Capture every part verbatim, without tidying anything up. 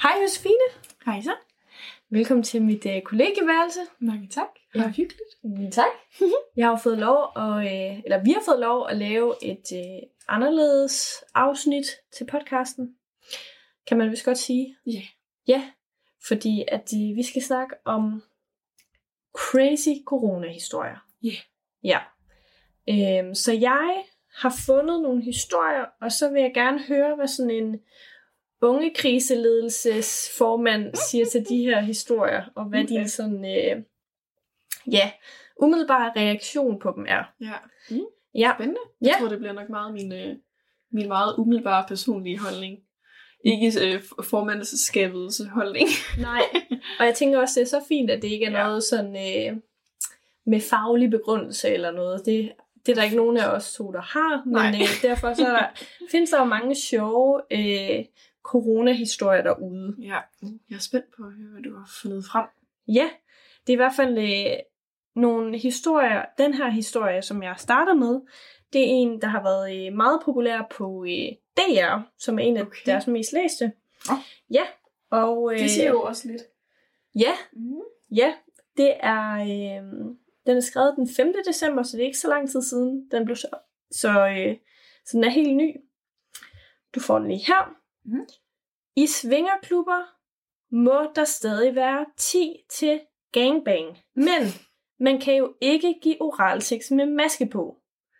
Hej Josefine. Hej så. Velkommen til mit øh, kollegieværelse. Mange tak. Det var hyggeligt. Mm, tak. Jeg har fået lov, at, øh, eller vi har fået lov at lave et øh, anderledes afsnit til podcasten. Kan man vist godt sige? Ja. Yeah. Ja, fordi at øh, vi skal snakke om crazy corona-historier. Ja. Yeah. Ja. Øhm, så jeg har fundet nogle historier, og så vil jeg gerne høre, hvad sådan en unge kriseledelsesformand siger til de her historier, og hvad okay. de sådan, øh, ja, umiddelbare reaktion på dem er. Ja. Mm. Ja. Spændende. Jeg ja. tror, det bliver nok meget min, øh, min meget umiddelbare personlige holdning. Ikke øh, formandskabets holdning. Nej, og jeg tænker også, det er så fint, at det ikke er ja. noget sådan øh, med faglig begrundelse eller noget. Det, det er der ikke nogen af os to, der har, men øh, derfor så der, findes der jo mange sjove øh, corona-historier derude. Ja, jeg er spændt på at høre, hvad du har fundet frem. Ja, det er i hvert fald øh, nogle historier. Den her historie, som jeg starter med, det er en, der har været øh, meget populær på øh, D R, som er en af okay. deres mest læste. Oh. Ja, og øh, det siger jo også lidt. Ja, mm. ja, det er øh, den er skrevet den femte december, så det er ikke så lang tid siden den blev så så, øh, så den er helt ny. Du får den lige her. Mm. I svingerklubber må der stadig være ti til gangbang, men man kan jo ikke give oralsex med maske på.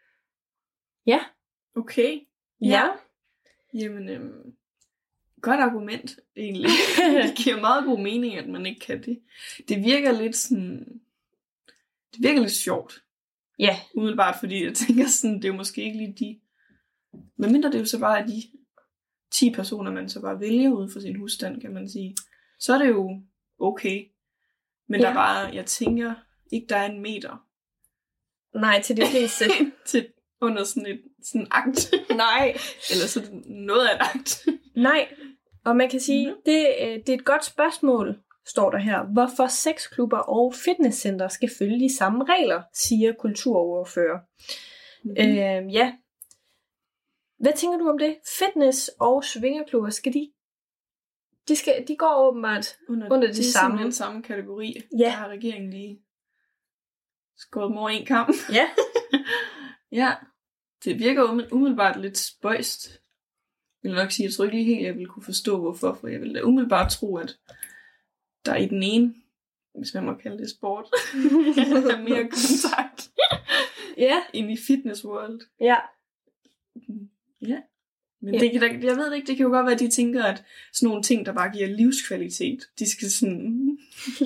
Ja. Okay. Ja. ja. Jamen, øhm, godt argument, egentlig. Det giver meget god mening, at man ikke kan det. Det virker lidt sådan... Det virker lidt sjovt. Ja. Umiddelbart, fordi jeg tænker sådan, det er jo måske ikke lige de... Men mindre det er jo så bare de ti personer, man så bare vælger ud for sin husstand, kan man sige. Så er det jo okay. Men ja. Der er bare, jeg tænker, ikke der er en meter. Nej, til de fleste. til under sådan et sådan akt. Nej. Eller sådan noget af et akt. Nej, og man kan sige, mm. det, det er et godt spørgsmål, står der her. Hvorfor sexklubber og fitnesscenter skal følge de samme regler, siger kulturordfører. Mm-hmm. Øh, ja. Hvad tænker du om det? Fitness og svingerklubber, skal de de, skal, de går åbenbart under, under det, det samme. Det er samme kategori. Ja. Der har regeringen lige skåret dem over en kamp. Ja. Ja. Det virker umiddelbart lidt spøjst. Jeg vil nok sige, jeg tror ikke lige helt, jeg vil kunne forstå, hvorfor. For jeg vil da umiddelbart tro, at der i den ene, hvis man må kalde det sport, er mere kontakt. Ja. End i fitness world. Ja. Ja. Men ja. Det, der, jeg ved ikke, det kan jo godt være, at de tænker, at sådan nogle ting, der bare giver livskvalitet, de skal sådan...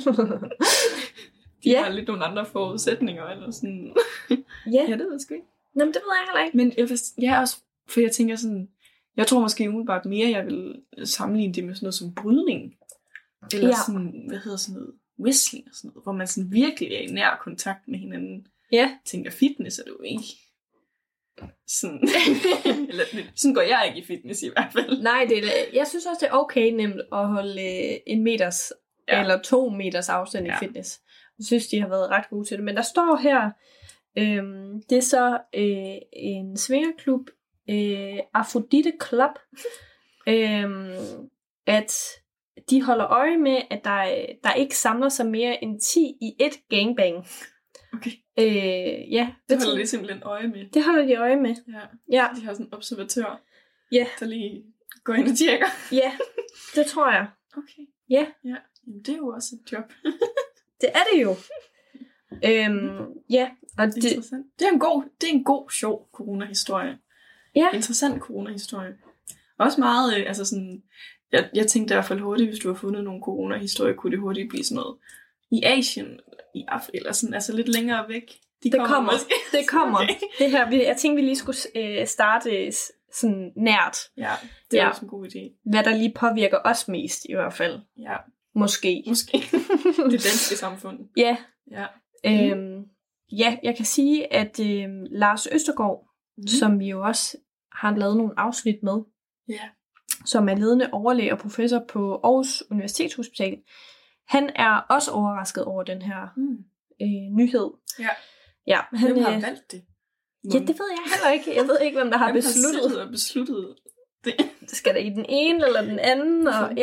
de ja. har lidt nogle andre forudsætninger, eller sådan... Ja. Ja, det ved jeg sgu ikke. Nå, men det ved jeg heller ikke. Men jeg, jeg også, for jeg tænker sådan, jeg tror måske umiddelbart mere, jeg vil sammenligne det med sådan noget som brydning. Eller ja. sådan, hvad hedder sådan noget, wrestling og sådan noget, hvor man sådan virkelig er i nær kontakt med hinanden. Ja. Jeg tænker, fitness er det jo ikke. Sådan. Eller, sådan går jeg ikke i fitness i hvert fald. Nej, det er, jeg synes også, det er okay nemt at holde en meters ja. eller to meters afstand i ja. fitness. Jeg synes, de har været ret gode til det. Men der står her, øhm, det er så øh, en svingerklub, øh, Aphrodite Club, øhm, at de holder øje med, at der, der ikke samler sig mere end ti i et gangbang. Okay. Øh, ja. Det holder de simpelthen øje med. Det holder de øje med. Ja. Ja. De har sådan en observatør, ja. der lige går ind og tjekker. Ja, det tror jeg. Okay. Ja. Ja. Jamen, det er jo også et job. Det er det jo. Øhm, ja. Og det, interessant. Det er en god, det er en god, sjov corona-historie. Ja. Interessant corona-historie. Også meget, øh, altså sådan, jeg, jeg tænkte i hvert fald hurtigt, hvis du har fundet nogle corona-historier, kunne det hurtigt blive sådan noget i Asien, i Afrika, eller sådan, altså lidt længere væk. De det kommer, kommer. det kommer. Okay. Det her, jeg tænkte, vi lige skulle øh, starte sådan nært. Ja, det er ja. også en god idé. Hvad der lige påvirker os mest, i hvert fald. Ja. Måske. Måske. Det danske samfund. Ja. Ja. Øhm, ja, jeg kan sige, at øh, Lars Østergaard, mm. som vi jo også har lavet nogle afsnit med, ja. som er ledende overlæge og professor på Aarhus Universitetshospital, han er også overrasket over den her mm. øh, nyhed. Ja. Ja, han, hvem har valgt det? Ja, det ved jeg heller ikke. Jeg ved ikke, hvem der har hvem besluttet. Hvem har besluttet det? Skal der i den ene eller den anden? Og, ja.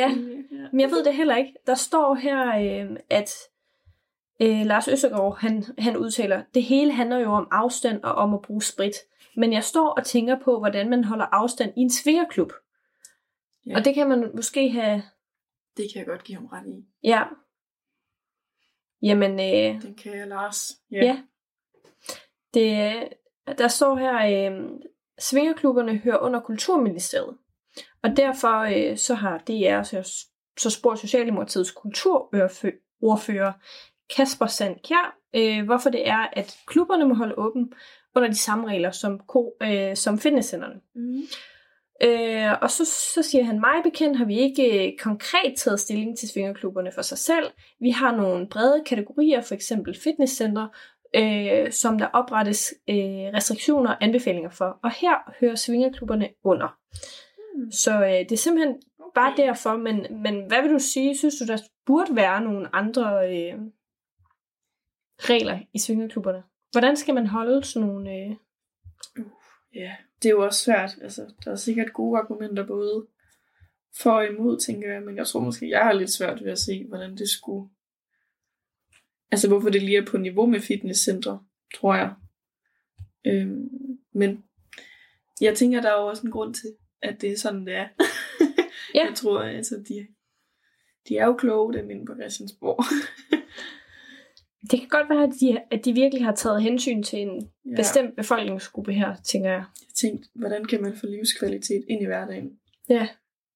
Ja. Men jeg ved det heller ikke. Der står her, øh, at øh, Lars Østergaard, han, han udtaler, det hele handler jo om afstand og om at bruge sprit. Men jeg står og tænker på, hvordan man holder afstand i en svingerklub. Ja. Og det kan man måske have... Det kan jeg godt give ham ret i. Ja. Jamen... Øh... Den kan jeg, Lars. Ja. ja. Det, der står her, øh, svingerklubberne hører under Kulturministeriet. Og derfor øh, så har D R så, så spurgt Socialdemokratiets kulturordfører Kasper Sandkjær, øh, hvorfor det er, at klubberne må holde åben under de samme regler som, øh, som fitnesscenterne. Mm. Øh, og så, så siger han, mig bekendt har vi ikke øh, konkret taget stilling til svingerklubberne for sig selv. Vi har nogle brede kategorier, for eksempel fitnesscenter, øh, som der oprettes øh, restriktioner og anbefalinger for. Og her hører svingerklubberne under. Mm. Så øh, det er simpelthen okay. bare derfor. Men, men hvad vil du sige? Synes du, der burde være nogle andre øh, regler i svingerklubberne? Hvordan skal man holde sådan nogle... Øh... Uh, yeah. Det er jo også svært. Altså, der er sikkert gode argumenter både for og imod, tænker jeg. Men jeg tror måske, jeg har lidt svært ved at se, hvordan det skulle... Altså, hvorfor det lige er på niveau med fitnesscentre, tror jeg. Øhm, men jeg tænker, der er jo også en grund til, at det er sådan, det er. Ja. Jeg tror, altså, de, de er jo kloge, dem inde på Christiansborg. Det kan godt være, at de, at de virkelig har taget hensyn til en ja. bestemt befolkningsgruppe her, tænker jeg. Jeg tænkte, hvordan kan man få livskvalitet ind i hverdagen? Ja.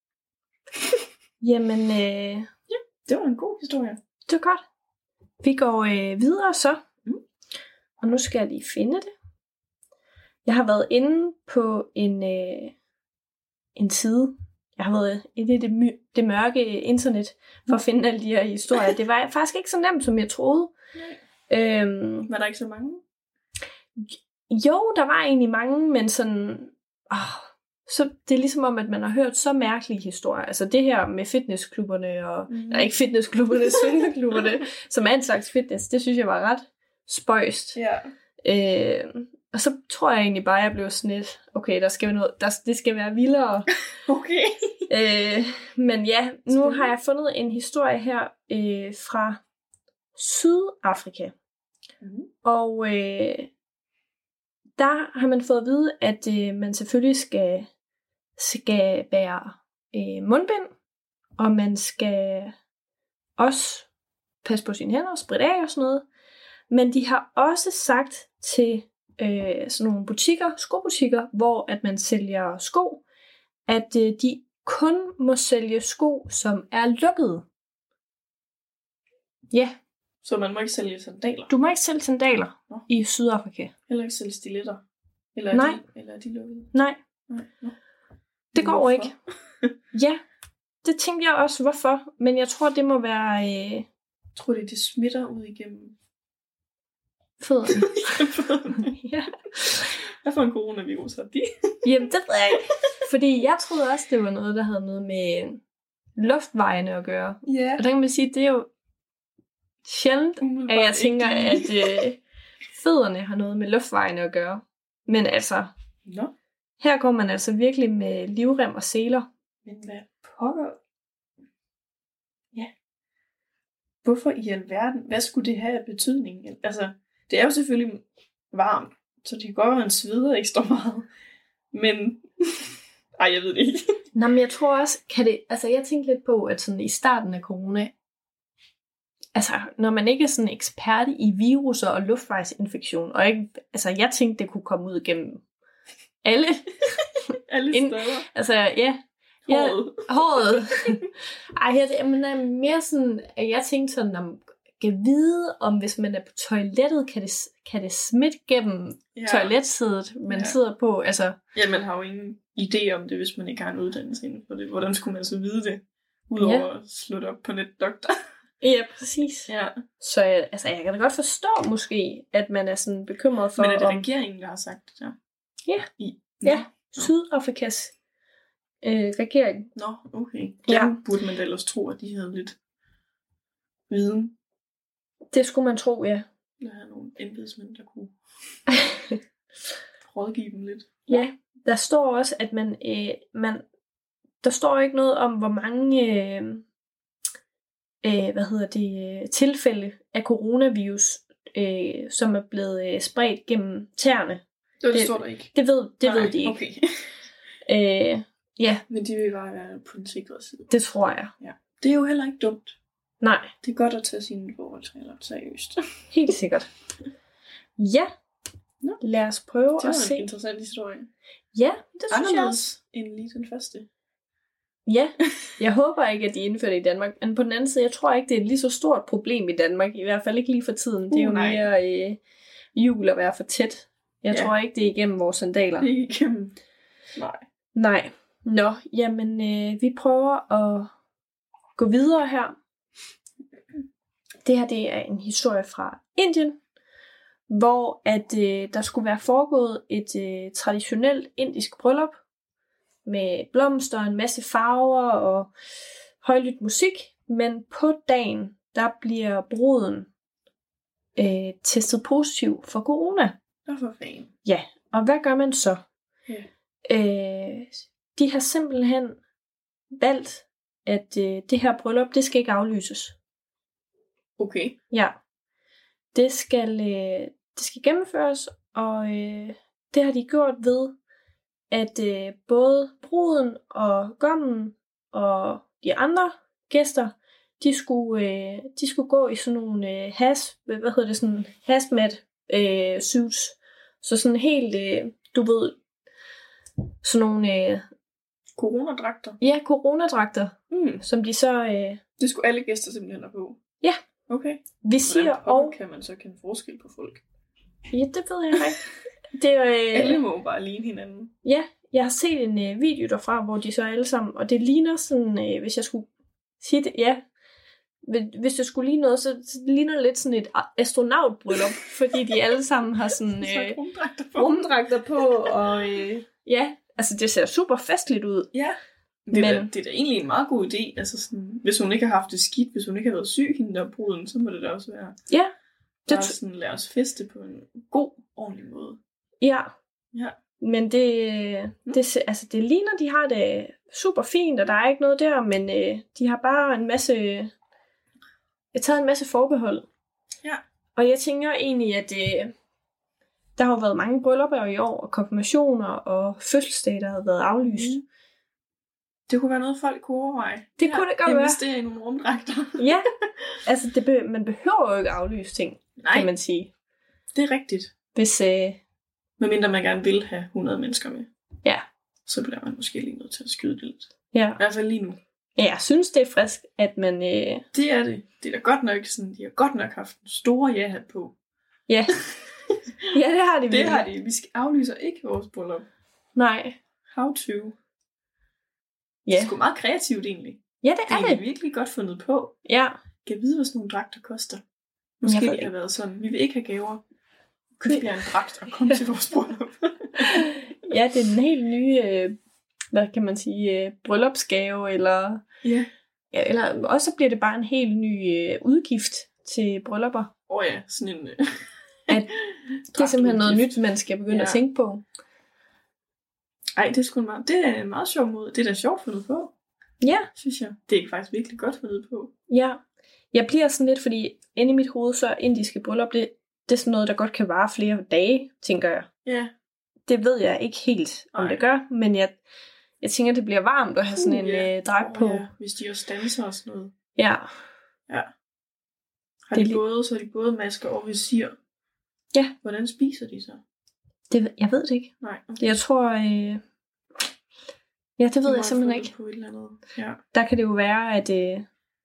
Jamen, øh... ja, det var en god historie. Det var godt. Vi går øh, videre så. Mm. Og nu skal jeg lige finde det. Jeg har været inde på en, øh, en side. Jeg har været inde i det, my- det mørke internet for at finde alle de her historier. Det var faktisk ikke så nemt, som jeg troede. Øhm, var der ikke så mange? Jo, der var egentlig mange, men sådan... Åh, så det er ligesom om, at man har hørt så mærkelige historier. Altså det her med fitnessklubberne, og mm. nej, ikke fitnessklubberne, svingerklubberne, som er en slags fitness, det synes jeg var ret spøjst. Ja. Øh, og så tror jeg egentlig bare, at jeg blev sådan lidt, okay, der skal noget, der, det skal være vildere. Okay. øh, men ja, nu har jeg fundet en historie her øh, fra Sydafrika. Mm. Og øh, der har man fået at vide, at øh, man selvfølgelig skal, skal bære øh, mundbind, og man skal også passe på sine hænder og spritte af og sådan noget. Men de har også sagt til øh, sådan nogle butikker, skobutikker, hvor at man sælger sko, at øh, de kun må sælge sko, som er lukkede. Ja. Så man må ikke sælge sandaler? Du må ikke sælge sandaler Nå. i Sydafrika. Heller ikke sælge stiletter? Eller er Nej. De, eller er de lukkede? Nej. Nej. Nå. Det går Hvorfor? ikke. Ja, det tænkte jeg også, hvorfor. Men jeg tror, det må være... Øh... Jeg tror, det, det smitter ud igennem fødderne. Ja. Hvad for en coronavirus har de? Jamen, det ved jeg ikke. Fordi jeg troede også, det var noget, der havde noget med luftvejene at gøre. Yeah. Og der kan man sige, det er jo sjældent, at jeg tænker, at øh, fødderne har noget med luftvejene at gøre. Men altså, no. her går man altså virkelig med livrem og seler. Men hvad pokker? Ja. Hvorfor i alverden? Hvad skulle det have af betydning? Altså, det er jo selvfølgelig varmt, så det kan godt være, man sveder ekstra meget. Men, ej, jeg ved det ikke. Nå, men jeg tror også, kan det, altså jeg tænkte lidt på, at sådan i starten af corona, altså når man ikke er sådan ekspert i viruser og luftvejsinfektion, og ikke, altså jeg tænkte, det kunne komme ud gennem alle. alle steder. Ind, altså ja. Håret. Ja, håret. Ej, jeg, men er mere sådan, at jeg tænkte sådan, om kan vide, om hvis man er på toilettet, kan det, kan det smitte gennem ja. toiletsædet, man ja. sidder på. Altså. Ja, man har jo ingen idé om det, hvis man ikke har en uddannelse inden for det. Hvordan skulle man så vide det? Udover ja. at slå det op på netdoktor. Ja, præcis. Ja. Så altså, jeg kan da godt forstå måske, at man er sådan bekymret for... Men er det om... regeringen, der har sagt det der? Ja. I... Ja, Sydafrikas øh, regering. Nå, okay. Ja. Dem burde man da ellers tro, at de havde lidt viden. Det skulle man tro, ja. Der er nogle embedsmænd, der kunne rådgive dem lidt. Ja, der står også, at man, øh, man... Der står ikke noget om, hvor mange... Øh, øh, hvad hedder det, øh, tilfælde af coronavirus, øh, som er blevet øh, spredt gennem tæerne. Det, det, det står der ikke. Det ved, det Nej, ved de ikke. Okay. øh, ja. Men de vil bare være på den sikre side. Det tror jeg. Ja. Det er jo heller ikke dumt. Nej. Det er godt at tage sine forholdsregler seriøst. Helt sikkert. Ja. Nå. Lad os prøve det at se. Det var en interessant historie. Ja, det synes jeg også. End lige den første. Ja, jeg håber ikke, at de indfører det i Danmark. Men på den anden side, jeg tror ikke, det er et lige så stort problem i Danmark. I hvert fald ikke lige for tiden. Uh, det er jo nej. mere øh, jul at være for tæt. Jeg ja. tror ikke, det er igennem vores sandaler. Det er igennem. Nej. Nej. Nå, jamen øh, vi prøver at gå videre her. Det her, det er en historie fra Indien, hvor at øh, der skulle være foregået et øh, traditionelt indisk bryllup med blomster, en masse farver og højlydt musik, men på dagen, der bliver bruden øh, testet positiv for corona. Hvorfor fanden? Ja, og hvad gør man så? Ja. Øh, de har simpelthen valgt, at øh, det her bryllup, det skal ikke aflyses. Okay. Ja. Det skal, øh, det skal gennemføres, og øh, det har de gjort ved, at øh, både bruden og gommen og de andre gæster, de skulle, øh, de skulle gå i sådan nogle øh, has, hvad hedder det, sådan hazmat øh, suits. Så sådan helt, øh, du ved, sådan nogle... Øh, coronadragter? Ja, coronadragter, mm. som de så... Øh, det skulle alle gæster simpelthen have på? Ja. Okay. Vi siger og... kan man så kende forskel på folk? Ja, det ved jeg ikke. Det er, øh... alle må bare ligne hinanden. Ja, jeg har set en øh, video derfra, hvor de så er alle sammen, og det ligner sådan, øh, hvis jeg skulle sige det, ja, hvis det skulle ligne noget, så, så det ligner lidt sådan et astronautbryllup, fordi de alle sammen har sådan øh, rumdragter på, rumdragter på og øh, ja, altså det ser super festligt ud. Ja, det er, men, da, det er da egentlig en meget god idé, altså sådan, hvis hun ikke har haft det skidt, hvis hun ikke har været syg, hende der bruden, så må det da også være. Ja. Det er sådan, lad os feste på en god, ordentlig måde. Ja. Ja. Men det, det, altså det ligner, de har det super fint, og der er ikke noget der, men øh, de har bare en masse, jeg har taget en masse forbehold. Ja. Og jeg tænker egentlig, at øh, der har jo været mange bryllupper i år, og konfirmationer og fødselsdage, der har været aflyst. Mm. Det kunne være noget, folk kunne overveje. Det ja, kunne det godt være. Investere i nogle rumdragter. Ja, altså det be- man behøver jo ikke aflyse ting, nej, kan man sige. Det er rigtigt. Hvis... Øh, Medmindre man gerne vil have hundrede mennesker med. Ja. Så bliver man måske lige nødt til at skyde det lidt. Ja. I hvert fald lige nu. Ja, jeg synes, det er frisk, at man... Øh... Det er det. Det er da godt nok sådan, de har godt nok haft en store ja-hat på. Ja. Ja, det har de. Det har de. Vi skal aflyser ikke vores bryllup. Nej. How to. Ja. Det er sgu meget kreativt egentlig. Ja, det er det. Det er virkelig godt fundet på. Ja. Kan vide, hvad sådan nogle dragter koster. Måske det har været sådan, vi vil ikke have gaver. Køb jer en dragt og kom til vores bryllup. Ja, det er en helt ny, øh, hvad kan man sige, øh, bryllupsgave, eller, yeah. ja, eller også bliver det bare en helt ny øh, udgift til bryllupper. Åh oh ja, sådan en... Øh, at det er simpelthen noget nyt, man skal begynde ja. at tænke på. Ej, det er sgu en meget, det er en meget sjov måde. Det er da sjovt fundet på. Ja. Synes jeg. Det er faktisk virkelig godt fundet på. Ja. Jeg bliver sådan lidt, fordi inde i mit hoved, så indiske bryllup, det, det er sådan noget, der godt kan vare flere dage, tænker jeg. Ja. Det ved jeg ikke helt, om Ej. det gør, men jeg, jeg tænker, det bliver varmt at have sådan en uh, yeah. øh, dragt oh, på. Ja. Hvis de også danser og sådan noget. Ja. Ja. Har de, de både, så har de både masker og visir. Ja. Hvordan spiser de så? Det, jeg ved det ikke. Nej. Okay. Jeg tror... Øh... Ja, det ved de jeg simpelthen ikke. På et eller andet. Ja. Der kan det jo være, at øh...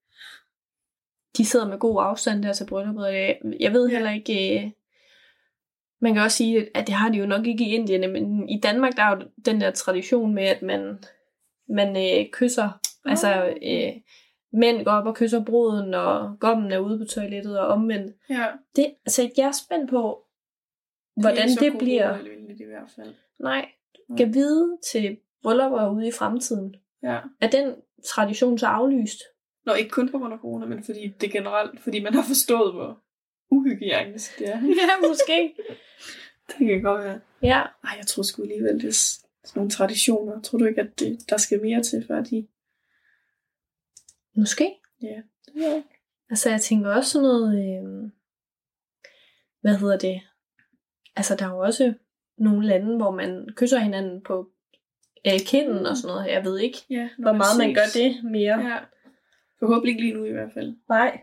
de sidder med god afstand der til brylluppet. Jeg ved heller ikke... Øh... Man kan også sige, at det har de jo nok ikke i Indien, men i Danmark, der er jo den der tradition med, at man, man øh, kysser... Oh. Altså, øh... mænd går op og kysser bruden, og gommen er ude på toilettet, og omvendt. Ja. Det, altså, jeg er spændt på, hvordan det, det bliver. I hvert fald. Nej, kan vide til bryllupper ude i fremtiden. Ja. Er den tradition så aflyst? Nå, ikke kun på grund af corona, men fordi det generelt, fordi man har forstået, hvor uhygienisk det er. Ja, måske. Det kan godt være. Ja. Ej, jeg tror sgu alligevel, det er sådan nogle traditioner. Tror du ikke, at det, der skal mere til, før de... Måske. Ja, det er ikke. Altså, jeg tænker også sådan noget, øh, hvad hedder det? Altså, der er jo også nogle lande, hvor man kysser hinanden på øh, kinden mm. og sådan noget. Jeg ved ikke, ja, hvor meget ses. man gør det mere. Ja. Forhåbentlig ikke lige nu i hvert fald. Nej.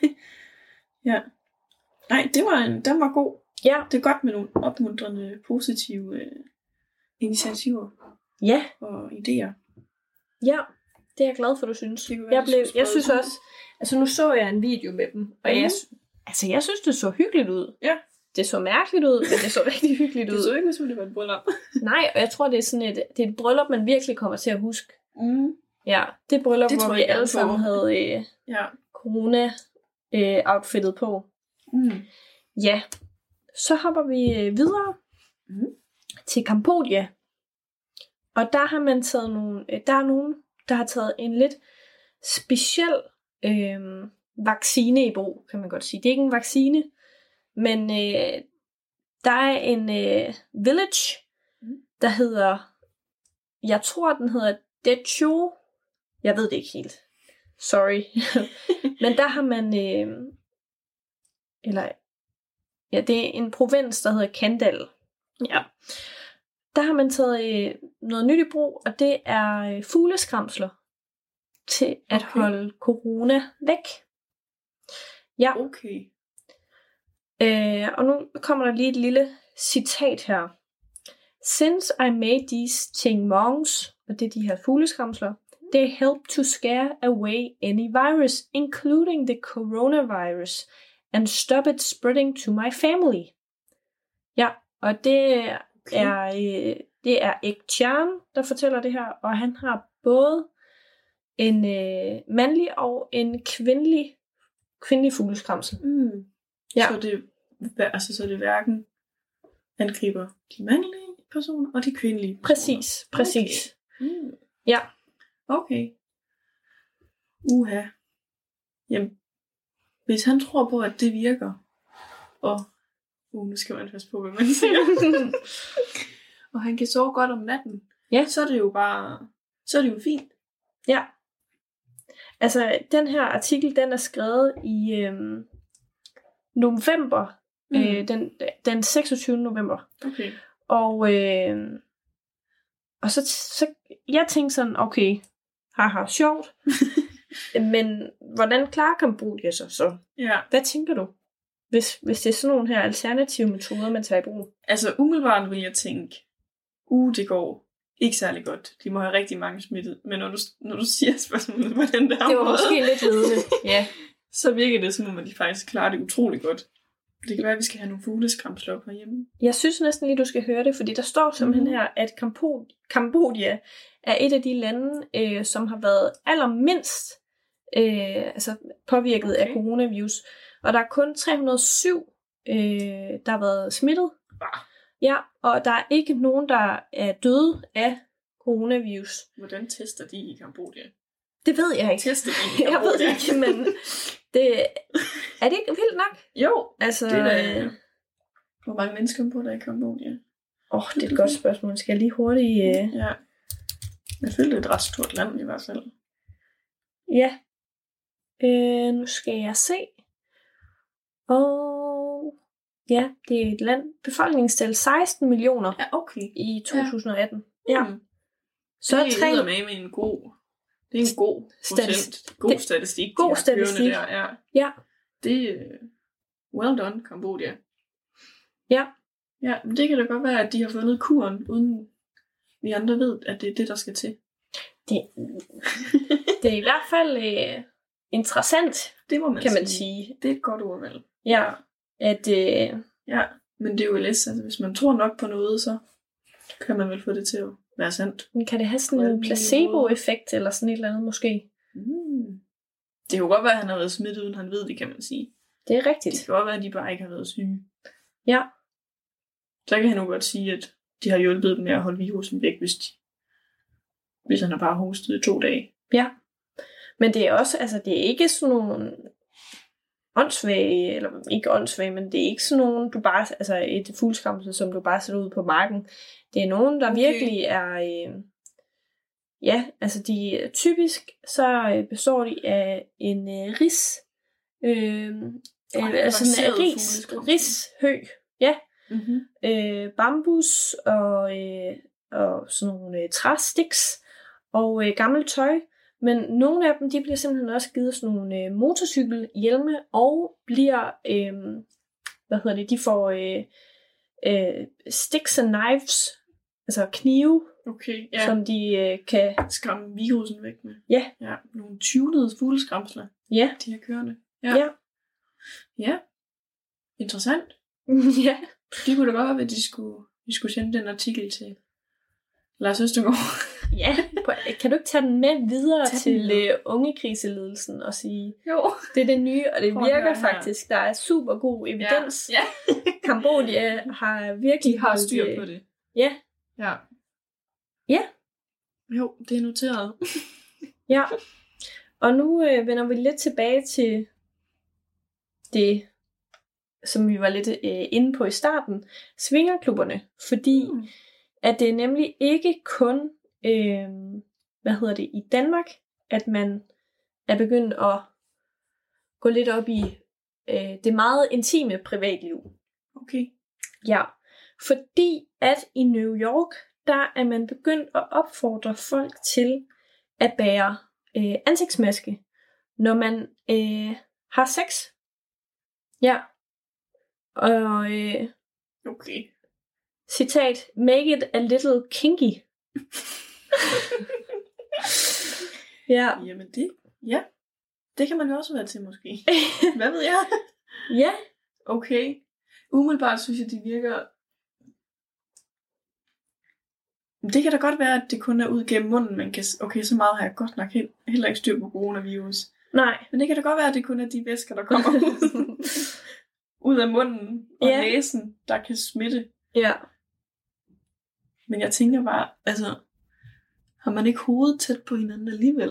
Ja. Nej, det var en, den var god. Ja. Det er godt med nogle opmuntrende, positive øh, initiativer. Ja. Og idéer. Ja, det er jeg glad for, du synes. Være, jeg, blev, jeg synes også, altså nu så jeg en video med dem, og mm. jeg, altså jeg synes, det så hyggeligt ud. Ja. Det så mærkeligt ud, men det så rigtig hyggeligt ud. Det så ikke ud, som det var et bryllup. Nej, og jeg tror, det er sådan et, det er et bryllup, man virkelig kommer til at huske. Mm. Ja, det bryllup, det hvor vi alle sammen havde øh, ja. corona-outfittet øh, på. Mm. Ja, så hopper vi øh, videre mm. til Kambodja. Og der har man taget nogle, øh, der er nogen, der har taget en lidt speciel øh, vaccine i brug, kan man godt sige. Det er ikke en vaccine, men øh, der er en øh, village, mm. der hedder, jeg tror den hedder Decho. Jeg ved det ikke helt. Sorry. Men der har man, øh, eller, ja, det er en provins, der hedder Kandal. Ja. Der har man taget øh, noget nyt i brug, og det er øh, fugleskramsler til at okay. holde corona væk. Ja. Okay. Øh, og nu kommer der lige et lille citat her. Since I made these tingmongs, og det er de her fugleskramsler, they help to scare away any virus, including the coronavirus, and stop it spreading to my family. Ja, og det okay. er øh, det er Ek Chan, der fortæller det her, og han har både en øh, mandlig og en kvindelig kvindelig fugleskramsel. Mm. Ja. Så det altså så det hverken angriber de mandlige personer og de kvindelige personer. Præcis, præcis. Okay. Mm. Ja. Okay. Uha. Jamen, hvis han tror på, at det virker, og uh, nu skal man passe på, hvad man siger, og han kan sove godt om natten, ja. så er det jo bare, så er det jo fint. Ja. Altså, den her artikel, den er skrevet i øhm, november, mm. øh, den, den seksogtyvende november. Okay. Og, øh, og så, så, jeg tænkte sådan, okay, haha, sjovt. Men hvordan klarer Kambodja sig så? Ja. Hvad tænker du, hvis, hvis det er sådan nogle her alternative metoder, man tager i brug? Altså, umiddelbart vil jeg tænke, uh, det går ikke særlig godt. De må have rigtig mange smittet. Men når du, når du siger spørgsmålet på den der det var måde, måske lidt ledende. Ja. Så virker det som om, at de faktisk klarer det utrolig godt. Det kan være, at vi skal have nogle fugleskramsler op herhjemme. Jeg synes næsten lige, du skal høre det, fordi der står simpelthen her, at Kambodja er et af de lande, øh, som har været allermindst øh, altså påvirket okay. af coronavirus. Og der er kun tre hundrede og syv, øh, der har været smittet. Ah. Ja, og der er ikke nogen, der er døde af coronavirus. Hvordan tester de i Kambodja? Det ved jeg ikke. Tester de i jeg ved det ikke, men det, er det ikke vildt nok? Jo, altså, det er da... Hvor mange mennesker bor der i Kambodja? Åh, oh, det er et godt spørgsmål. Skal jeg lige hurtigt... Uh... Ja. Jeg føler, det er et ret stort land i hvert fald. Ja. Øh, nu skal jeg se. Og... Ja, det er et land. Befolkningstal seksten millioner ja, okay. i to tusind og atten. Ja. Ja. Mm. Så det er tre... med med en god... Det er en god procent. God det... statistik. God statistik. Der. Ja. ja. Det er well done, Kambodja. Ja. Ja, men det kan da godt være, at de har fundet kuren, uden vi andre ved, at det er det, der skal til. Det, det er i hvert fald øh, interessant, det må man kan sige. man sige. Det er et godt ordvalg. Ja, at... Øh... Ja, men det er jo ellers, altså hvis man tror nok på noget, så kan man vel få det til at være sandt. Men kan det have sådan en placebo-effekt, eller sådan et eller andet måske? Mm. Det kan jo godt være, at han har været smittet, uden han ved det, kan man sige. Det er rigtigt. Det kan godt være, at de bare ikke har været syge. Ja. Så kan han jo godt sige, at de har hjulpet dem med at holde virusen væk, hvis, de, hvis han har bare hostet i to dage. Ja. Men det er også, altså det er ikke sådan nogle åndssvage, eller ikke åndssvage, men det er ikke sådan nogen, du bare, altså et fugleskramsel, som du bare sætter ud på marken. Det er nogen, der okay. virkelig er, øh, ja, altså de typisk så øh, består de af en øh, ris, øh, øh, altså en ris, rishø, ja, mm-hmm. øh, bambus og, øh, og sådan nogle øh, træstiks og øh, gammelt tøj. Men nogle af dem, de bliver simpelthen også givet sådan nogle øh, motorcykelhjelme og bliver, øh, hvad hedder det, de får øh, øh, sticks and knives, altså knive, okay, ja. som de øh, kan skræmme virusen væk med. Ja. Ja, nogle tunede fugleskramsler. Ja. De her kørende. Ja. Ja. Ja. Interessant. Ja. Det kunne da godt være, at de skulle, de skulle sende den artikel til Lars Østergaard. Ja, kan du ikke tage den med videre Tag til uh, ungekriseledelsen og sige, jo, det er det nye, og det Prøv virker faktisk. Der er super god evidens. Ja. Ja. Kambodja har virkelig De har styr på det. Ja. Ja. Ja. Jo, det er noteret. Ja. Og nu øh, vender vi lidt tilbage til det, som vi var lidt øh, inde på i starten, svingerklubberne, fordi mm. at det er nemlig ikke kun øh, hvad hedder det, i Danmark, at man er begyndt at gå lidt op i øh, det meget intime privatliv. Okay. Ja, fordi at i New York, der er man begyndt at opfordre folk til at bære øh, ansigtsmaske, når man øh, har sex. Ja. Og øh, okay. Citat, make it a little kinky. Ja. Jamen det, ja. Det kan man jo også være til måske. Hvad ved jeg? Ja. Okay. Umiddelbart synes jeg, det virker... Det kan da godt være, at det kun er ud gennem munden, man kan... Okay, så meget har jeg godt nok heller ikke styr på coronavirus. Nej. Men det kan da godt være, at det kun er de væsker, der kommer ud, ud af munden og ja. Næsen, der kan smitte. Ja. Men jeg tænker bare, altså... Har man ikke hovedet tæt på hinanden alligevel?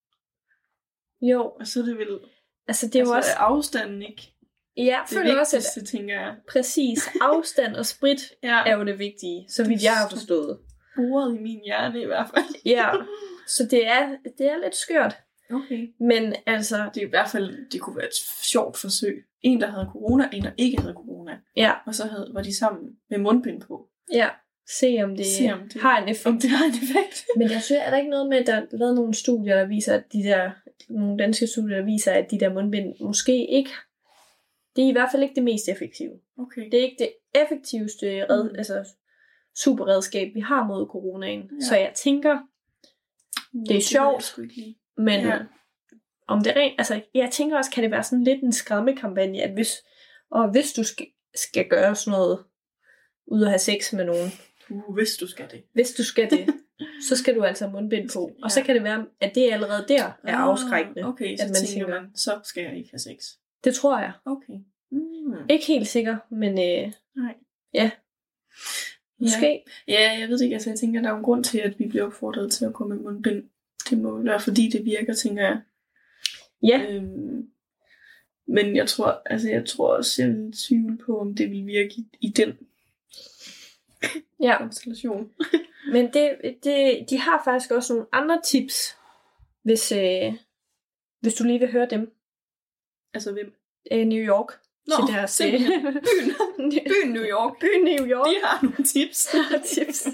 Jo. Og så er det vel... Altså, det er altså, jo også... afstanden ikke... Ja, det vigtigste, også, at... tænker jeg. Præcis. Afstand og sprit ja. Er jo det vigtige, så vidt jeg har forstået. Boret i min hjerne i hvert fald. Ja, så det er, det er lidt skørt. Okay. Men altså... Det er i hvert fald, det kunne være et sjovt forsøg. En, der havde corona, en, der ikke havde corona. Ja. Og så havde, var de sammen med mundbind på. Ja. Se om det, Se, om det har en effekt. Om det har en effekt. Men jeg synes, er der ikke noget med, at der er lavet nogle studier, der viser, at de der, nogle danske studier, der viser, at de der mundbind måske ikke, det er i hvert fald ikke det mest effektive. Okay. Det er ikke det effektivste red, mm. altså, superredskab, vi har mod coronaen. Ja. Så jeg tænker, det er det sjovt, men ja. Om det rent, altså, jeg tænker også, kan det være sådan lidt en skræmmekampagne, at hvis, og hvis du skal, skal gøre sådan noget, ud at have sex med nogen, Uh, hvis du skal det. Hvis du skal det, så skal du altså have mundbind på. Ja. Og så kan det være, at det allerede der er ah, afskrækkende. Okay, så at man tænker tænker, man, så skal jeg ikke have sex. Det tror jeg. Okay. Mm. Ikke helt sikker, men øh, nej. Ja. Måske. Ja. ja, jeg ved ikke. Altså, jeg tænker, der er en grund til, at vi bliver opfordret til at gå med mundbind. Det må være, fordi det virker, tænker jeg. Ja. Øhm, men jeg tror, altså, jeg tror også, jeg vil tvivle på, om det vil virke i, i den ja. Konstellation. Men det, det, de har faktisk også nogle andre tips, hvis, øh, hvis du lige vil høre dem. Altså hvem? Øh, New York. Nå, til deres, øh, byen. Byen New York. Byen New York. De har nogle tips. tips.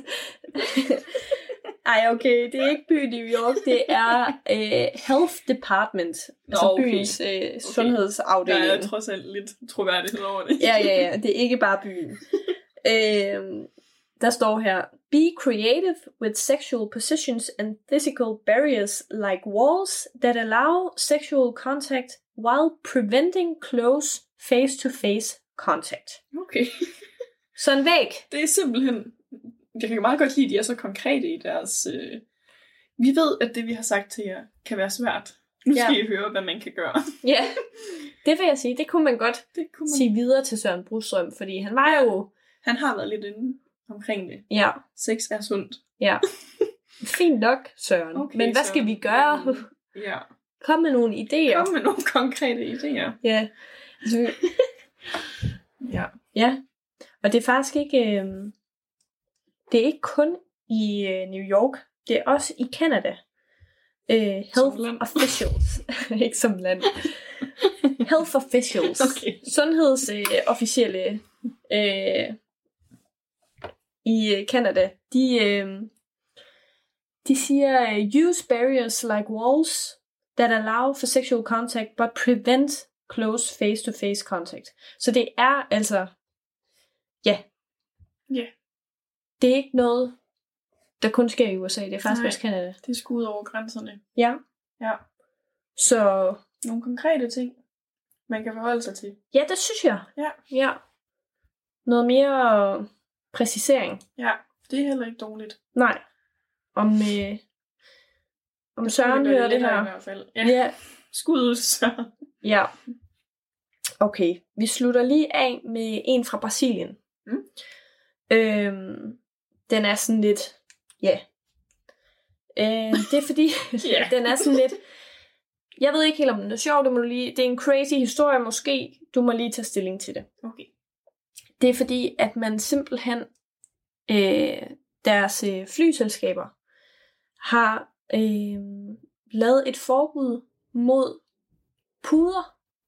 Ej, okay, det er ikke byen New York, det er øh, Health Department. Altså okay. byens øh, okay. sundhedsafdeling. Der er trods alt lidt troværdighed over det. ja, ja, ja, det er ikke bare byen. øh, der står her, be creative with sexual positions and physical barriers like walls that allow sexual contact while preventing close face-to-face contact. Okay. Så en væg. Det er simpelthen... Jeg kan meget godt lide, at de er så konkrete i deres... Øh... Vi ved, at det, vi har sagt til jer, kan være svært. Nu skal ja. I høre, hvad man kan gøre. Ja, det vil jeg sige. Det kunne man godt det kunne man... sige videre til Søren Brostrøm, fordi han var jo... Han har været lidt inde omkring det. Ja. Sex er sundt. Ja. Fint nok, Søren. Okay, Men hvad Søren. skal vi gøre? Ja. Kom med nogle idéer. Kom med nogle konkrete idéer. Ja. Altså, ja. Ja. Og det er faktisk ikke... Øh... Det er ikke kun i øh, New York, det er også i Canada. Uh, health officials. Ikke som land. Health officials. Okay. Sundhedsofficielle uh, uh, i Canada. De, uh, de siger, uh, use barriers like walls that allow for sexual contact, but prevent close face-to-face contact. Så det er altså, ja. Ja. Yeah. Det er ikke noget, der kun sker i U S A. Det er faktisk Nej, også Canada. Det er sgu ud over grænserne. Ja. Ja. Så. Nogle konkrete ting, man kan forholde sig til. Ja, det synes jeg. Ja. Ja. Noget mere præcisering. Ja, det er heller ikke dårligt. Nej. Om, øh, om Søren hører det her. I hvert fald. Ja. Ja. Skud ud, Søren. Ja. Okay, vi slutter lige af med en fra Brasilien. Mm. Øhm, den er sådan lidt, ja. Øh, det er fordi, yeah. den er sådan lidt, jeg ved ikke helt om den er sjov, det, må du lige, det er en crazy historie måske, du må lige tage stilling til det. Okay. Det er fordi, at man simpelthen, øh, deres øh, flyselskaber, har øh, lavet et forbud mod puder.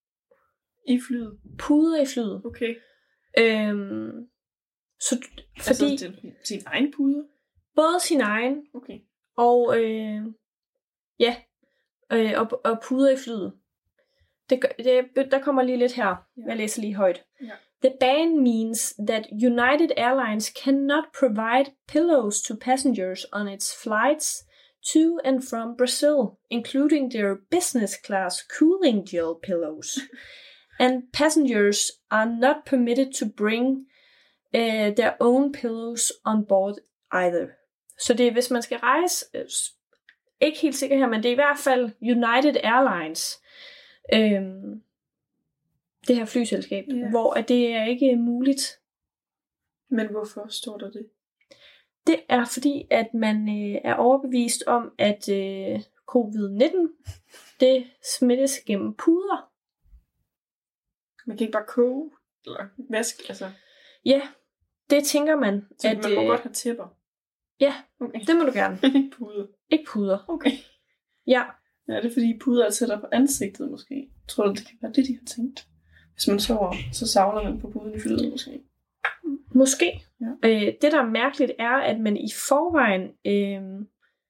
I flyet? Puder i flyet. Okay. Øhm, så fordi... Altså til sin egen puder? Både sin egen. Okay. Og, øh, ja, øh, og, og puder i flyet. Det, det, der kommer lige lidt her. Ja. Jeg læser lige højt. Ja. The ban means that United Airlines cannot provide pillows to passengers on its flights to and from Brazil, including their business class cooling gel pillows. And passengers are not permitted to bring uh, their own pillows on board either. Så det er, hvis man skal rejse, ikke helt sikker her, men det er i hvert fald United Airlines, øhm, det her flyselskab, yeah. hvor at det er ikke muligt. Men hvorfor står der det? Det er fordi, at man øh, er overbevist om, at øh, covid nitten, det smittes gennem puder. Man kan ikke bare koge eller vaske, altså. Ja, det tænker man. Så at, man må øh, godt have tæpper? Ja, okay. Det må du gerne. Ikke puder? Ikke puder. Okay. Ja. Ja, det er fordi puder er tættere på ansigtet måske. Jeg tror, det kan være det, de har tænkt. Hvis man sover, så savler man på puden i flyet måske. Måske. Ja. Øh, det, der er mærkeligt, er, at man i forvejen... Øh,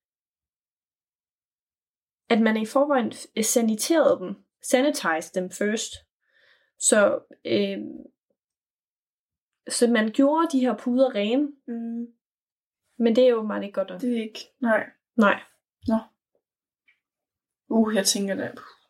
at man i forvejen saniterede dem. Sanitized dem first. Så, øh, så man gjorde de her puder rene. Mm. Men det er jo meget ikke godt nok. Det er ikke. Nej. Nej. Nå. Uh, jeg tænker da...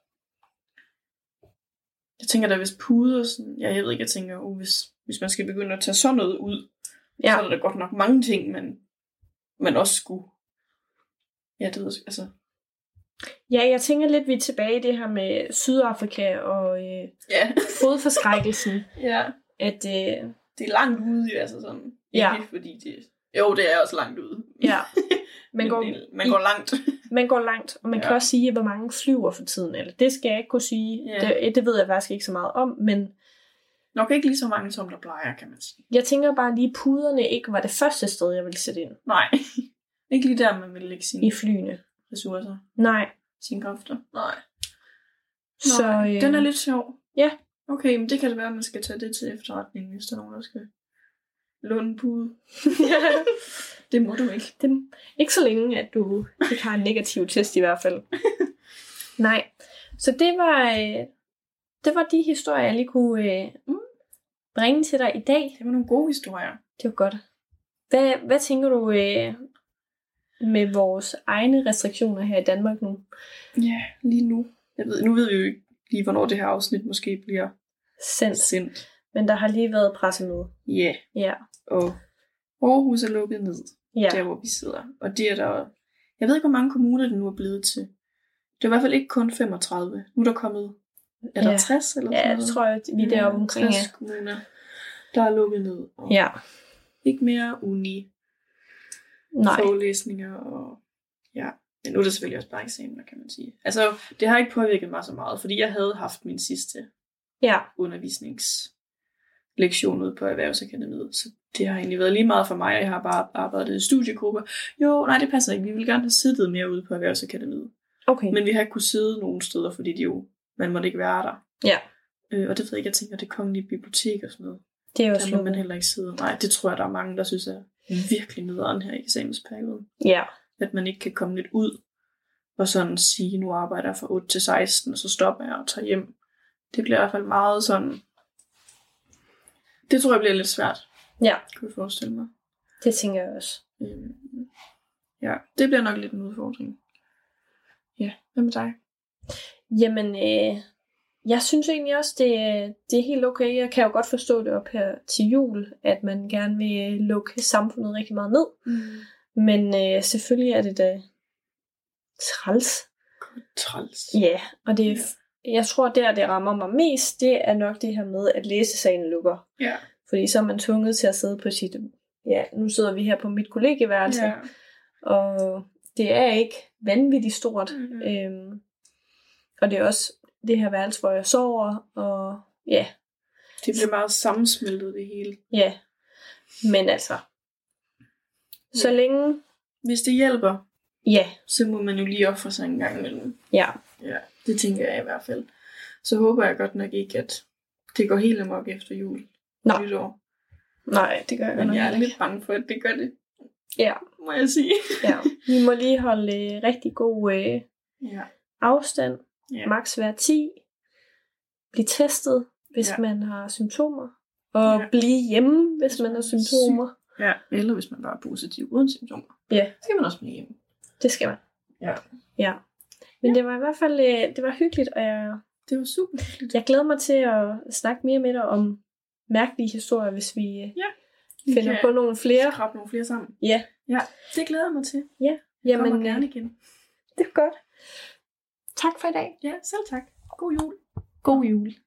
Jeg tænker da, hvis puder... Sådan, ja, jeg ved ikke, jeg tænker, uh, hvis, hvis man skal begynde at tage sådan noget ud, ja. Så er der da godt nok mange ting, man, man også skulle... Ja, det ved jeg, altså... Ja, jeg tænker lidt, vi er tilbage i det her med Sydafrika og øh, ja. fodforskrækkelsen. Ja. At, øh, det er langt ude, altså sådan. Ja. Ikke fordi det... Jo, det er også langt ude. Ja. Man går, det, man går langt. Man går langt, og man ja. kan også sige, hvor mange flyver for tiden. Eller det skal jeg ikke kunne sige. Ja. Det, det ved jeg faktisk ikke så meget om, men... Nok ikke lige så mange, som der plejer, kan man sige. Jeg tænker bare lige, puderne ikke var det første sted, jeg ville sætte ind. Nej. Ikke lige der, man ville lægge sine... I flyene. Ressourcer. Nej. Sine kræfter. Nej. Så, øh... Den er lidt sjov. Ja. Okay, men det kan det være, at man skal tage det til efterretning, hvis der er nogen, der skal låne en pude. Det må du ikke. Det, ikke så længe, at du ikke har en negativ test i hvert fald. Nej. Så det var, øh, det var de historier, jeg lige kunne øh, mm. bringe til dig i dag. Det var nogle gode historier. Det var godt. Hvad, hvad tænker du øh, med vores egne restriktioner her i Danmark nu? Ja, lige nu. Jeg ved, nu ved vi jo ikke lige, hvornår det her afsnit måske bliver sendt. sendt. Men der har lige været pressemøde. Ja. Yeah. Ja. Og Aarhus er lukket ned. Ja. Der, hvor vi sidder. Og det er der... Jeg ved ikke, hvor mange kommuner det nu er blevet til. Det er i hvert fald ikke kun femogtredive. Nu er der kommet... Er der ja. tres eller sådan ja, noget? Ja, det tror jeg, vi er deroppe omkring. tres kommuner, der er lukket ned. Og ja. Ikke mere uni. Nej. Forelæsninger og... Ja. Men nu er det selvfølgelig også bare eksamener, kan man sige. Altså, det har ikke påvirket mig så meget, fordi jeg havde haft min sidste ja. undervisningsdag lektion ude på Erhvervsakademiet. Så det har egentlig været lige meget for mig. Jeg har bare arbejdet i studiegrupper. Jo, nej, det passer ikke. Vi ville gerne have siddet mere ude på Erhvervsakademiet. Okay. Men vi har ikke kunnet sidde nogen steder, fordi de jo, man måtte ikke være der. Ja. Øh, og det ved jeg ikke, jeg tænker, det kongelige bibliotek og sådan noget. Det er jo også der må man heller ikke sidde. Nej, det tror jeg, der er mange, der synes er virkelig nederen her i eksamensperioden. Ja. At man ikke kan komme lidt ud og sådan sige, nu arbejder jeg fra otte til seksten, og så stopper jeg og tager hjem. Det bliver i hvert fald meget sådan... Det tror jeg bliver lidt svært. Ja. Kan jeg forestille mig. Det tænker jeg også. Øhm, ja, det bliver nok lidt en udfordring. Ja, hvad med dig? Jamen, øh, jeg synes egentlig også, det, det er helt okay. Jeg kan jo godt forstå det op her til jul, at man gerne vil lukke samfundet rigtig meget ned. Mm. Men øh, selvfølgelig er det da træls. Træls. Ja, og det er, jeg tror, der det rammer mig mest, det er nok det her med, at læsesalen lukker. Ja. Fordi så er man tvunget til at sidde på sit... Ja, nu sidder vi her på mit kollegieværelse, Ja. og det er ikke vanvittigt stort. Mm-hmm. Øhm, og det er også det her værelse, hvor jeg sover, og ja. Det bliver meget sammensmeltet, det hele. Ja, men altså, så længe... Hvis det hjælper, Ja. så må man jo lige ofre sig en gang imellem. Ja. Ja, det tænker jeg i hvert fald. Så håber jeg godt nok ikke, at det går helt amok efter jul. Nå. Nytår. Nej, det gør jeg Men nok jeg er ikke. lidt bange for, at det gør det, Ja. må jeg sige. Ja. Vi må lige holde øh, rigtig god øh, Ja. afstand. Ja. Max hver ti. Bliv testet, hvis Ja. man har symptomer. Og Ja. blive hjemme, hvis man har symptomer. Ja, eller hvis man bare er positiv uden symptomer. Ja. Så kan man også blive hjemme. Det skal man. Ja. Ja. Men det var i hvert fald øh, det var hyggeligt, og jeg, Det var super hyggeligt. jeg glæder mig til at snakke mere med dig om mærkelige historier, hvis vi øh, Ja. finder kan på nogle flere. skrabe nogle flere sammen. Ja. Ja, det glæder jeg mig til. Ja. Jeg Jamen, kommer gerne øh, igen. det er godt. Tak for i dag. Ja, selv tak. God jul. God jul.